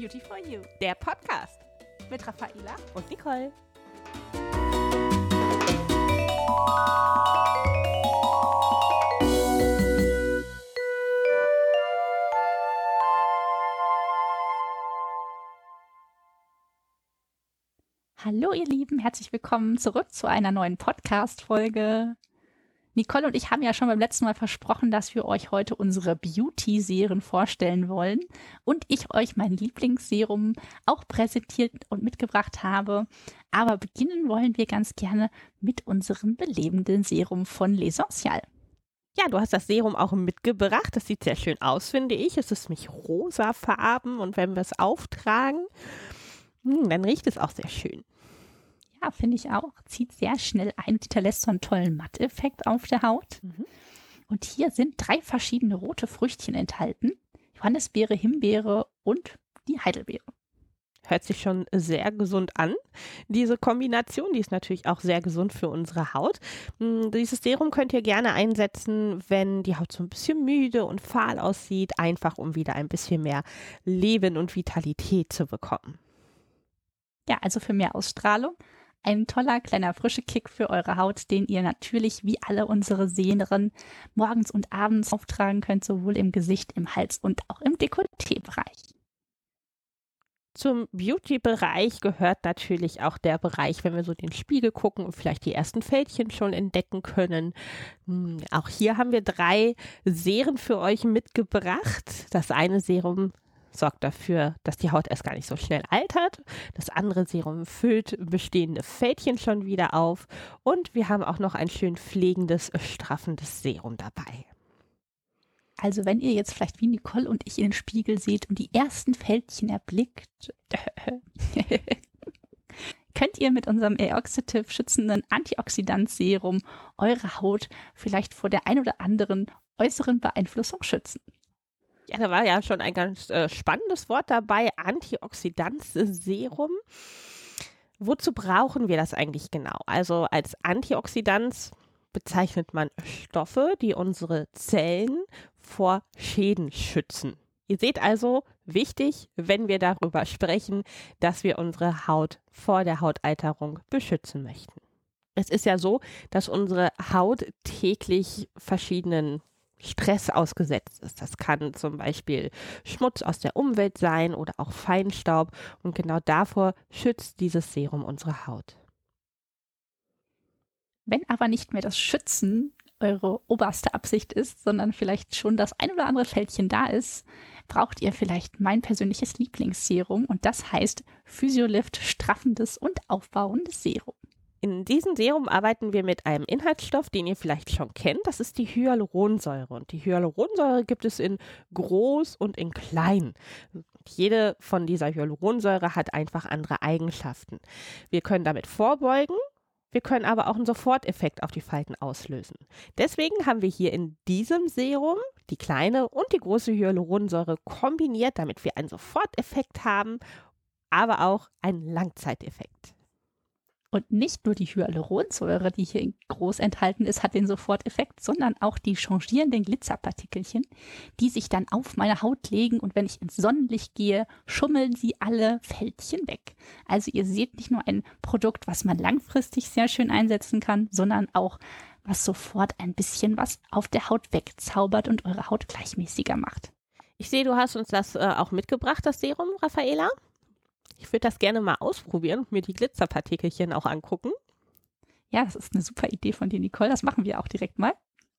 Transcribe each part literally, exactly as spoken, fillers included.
Beauty for You, der Podcast mit Raffaela und Nicole. Hallo ihr Lieben, herzlich willkommen zurück zu einer neuen Podcast-Folge. Nicole und ich haben ja schon beim letzten Mal versprochen, dass wir euch heute unsere Beauty-Serien vorstellen wollen und ich euch mein Lieblingsserum auch präsentiert und mitgebracht habe. Aber beginnen wollen wir ganz gerne mit unserem belebenden Serum von L'Essential. Ja, du hast das Serum auch mitgebracht. Das sieht sehr schön aus, finde ich. Es ist nämlich rosafarben und wenn wir es auftragen, dann riecht es auch sehr schön. Ja, finde ich auch. Zieht sehr schnell ein und hinterlässt so einen tollen Matteffekt auf der Haut. Mhm. Und hier sind drei verschiedene rote Früchtchen enthalten. Johannisbeere, Himbeere und die Heidelbeere. Hört sich schon sehr gesund an. Diese Kombination, die ist natürlich auch sehr gesund für unsere Haut. Dieses Serum könnt ihr gerne einsetzen, wenn die Haut so ein bisschen müde und fahl aussieht, einfach um wieder ein bisschen mehr Leben und Vitalität zu bekommen. Ja, also für mehr Ausstrahlung. Ein toller kleiner frische Kick für eure Haut, den ihr natürlich wie alle unsere Serien morgens und abends auftragen könnt, sowohl im Gesicht, im Hals und auch im Dekolleté-Bereich. Zum Beauty-Bereich gehört natürlich auch der Bereich, wenn wir so den Spiegel gucken und vielleicht die ersten Fältchen schon entdecken können. Auch hier haben wir drei Serien für euch mitgebracht. Das eine Serum sorgt dafür, dass die Haut erst gar nicht so schnell altert. Das andere Serum füllt bestehende Fältchen schon wieder auf. Und wir haben auch noch ein schön pflegendes, straffendes Serum dabei. Also wenn ihr jetzt vielleicht wie Nicole und ich in den Spiegel seht und die ersten Fältchen erblickt, könnt ihr mit unserem Aeroxitive schützenden Antioxidantserum eure Haut vielleicht vor der ein oder anderen äußeren Beeinflussung schützen. Ja, da war ja schon ein ganz äh, spannendes Wort dabei, Antioxidantserum. Wozu brauchen wir das eigentlich genau? Also als Antioxidant bezeichnet man Stoffe, die unsere Zellen vor Schäden schützen. Ihr seht also, wichtig, wenn wir darüber sprechen, dass wir unsere Haut vor der Hautalterung beschützen möchten. Es ist ja so, dass unsere Haut täglich verschiedenen Stress ausgesetzt ist. Das kann zum Beispiel Schmutz aus der Umwelt sein oder auch Feinstaub und genau davor schützt dieses Serum unsere Haut. Wenn aber nicht mehr das Schützen eure oberste Absicht ist, sondern vielleicht schon das ein oder andere Fältchen da ist, braucht ihr vielleicht mein persönliches Lieblingsserum und das heißt Physiolift straffendes und aufbauendes Serum. In diesem Serum arbeiten wir mit einem Inhaltsstoff, den ihr vielleicht schon kennt. Das ist die Hyaluronsäure. Und die Hyaluronsäure gibt es in groß und in klein. Jede von dieser Hyaluronsäure hat einfach andere Eigenschaften. Wir können damit vorbeugen. Wir können aber auch einen Soforteffekt auf die Falten auslösen. Deswegen haben wir hier in diesem Serum die kleine und die große Hyaluronsäure kombiniert, damit wir einen Soforteffekt haben, aber auch einen Langzeiteffekt. Und nicht nur die Hyaluronsäure, die hier groß enthalten ist, hat den Soforteffekt, sondern auch die changierenden Glitzerpartikelchen, die sich dann auf meine Haut legen und wenn ich ins Sonnenlicht gehe, schummeln sie alle Fältchen weg. Also ihr seht nicht nur ein Produkt, was man langfristig sehr schön einsetzen kann, sondern auch was sofort ein bisschen was auf der Haut wegzaubert und eure Haut gleichmäßiger macht. Ich sehe, du hast uns das äh, auch mitgebracht, das Serum, Raffaela. Ich würde das gerne mal ausprobieren und mir die Glitzerpartikelchen auch angucken. Ja, das ist eine super Idee von dir, Nicole. Das machen wir auch direkt mal.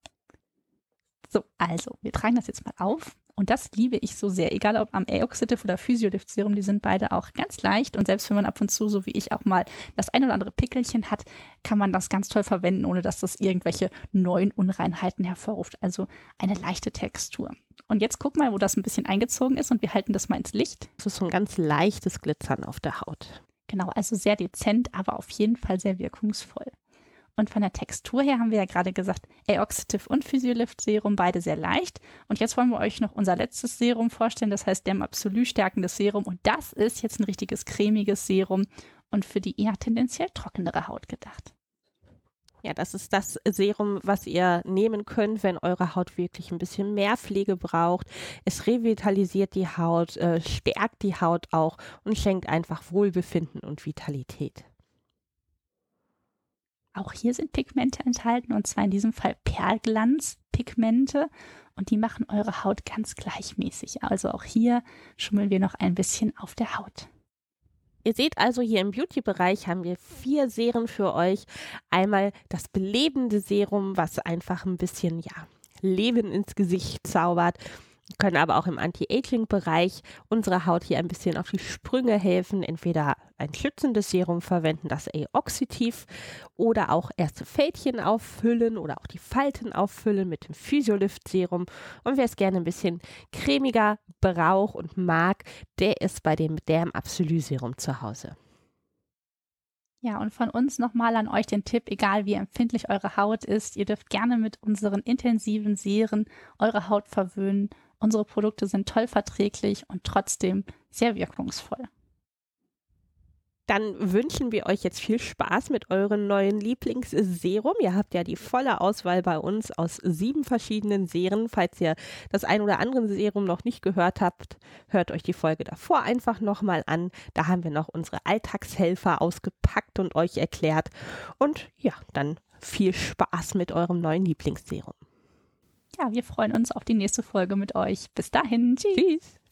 So, also, wir tragen das jetzt mal auf. Und das liebe ich so sehr, egal ob am Aeroxitive oder Physiolift Serum, die sind beide auch ganz leicht. Und selbst wenn man ab und zu, so wie ich auch mal, das ein oder andere Pickelchen hat, kann man das ganz toll verwenden, ohne dass das irgendwelche neuen Unreinheiten hervorruft. Also eine leichte Textur. Und jetzt guck mal, wo das ein bisschen eingezogen ist und wir halten das mal ins Licht. Das ist so ein ganz leichtes Glitzern auf der Haut. Genau, also sehr dezent, aber auf jeden Fall sehr wirkungsvoll. Und von der Textur her haben wir ja gerade gesagt, Aeroxitive und Physiolift Serum, beide sehr leicht. Und jetzt wollen wir euch noch unser letztes Serum vorstellen, das heißt Derm Absolu stärkendes Serum. Und das ist jetzt ein richtiges cremiges Serum und für die eher tendenziell trockenere Haut gedacht. Ja, das ist das Serum, was ihr nehmen könnt, wenn eure Haut wirklich ein bisschen mehr Pflege braucht. Es revitalisiert die Haut, äh, stärkt die Haut auch und schenkt einfach Wohlbefinden und Vitalität. Auch hier sind Pigmente enthalten, und zwar in diesem Fall Perlglanzpigmente, und die machen eure Haut ganz gleichmäßig. Also auch hier schummeln wir noch ein bisschen auf der Haut. Ihr seht also, hier im Beauty-Bereich haben wir vier Serien für euch. Einmal das belebende Serum, was einfach ein bisschen, ja, Leben ins Gesicht zaubert. Wir können aber auch im Anti-Aging-Bereich unserer Haut hier ein bisschen auf die Sprünge helfen. Entweder ein schützendes Serum verwenden, das Aeoxitiv, oder auch erste Fältchen auffüllen oder auch die Falten auffüllen mit dem Physiolift-Serum. Und wer es gerne ein bisschen cremiger braucht und mag, der ist bei dem Derm Absolu Serum zu Hause. Ja, und von uns nochmal an euch den Tipp, egal wie empfindlich eure Haut ist, ihr dürft gerne mit unseren intensiven Serien eure Haut verwöhnen. Unsere Produkte sind toll verträglich und trotzdem sehr wirkungsvoll. Dann wünschen wir euch jetzt viel Spaß mit eurem neuen Lieblingsserum. Ihr habt ja die volle Auswahl bei uns aus sieben verschiedenen Serien. Falls ihr das ein oder andere Serum noch nicht gehört habt, hört euch die Folge davor einfach nochmal an. Da haben wir noch unsere Alltagshelfer ausgepackt und euch erklärt. Und ja, dann viel Spaß mit eurem neuen Lieblingsserum. Ja, wir freuen uns auf die nächste Folge mit euch. Bis dahin. Tschüss. Tschüss.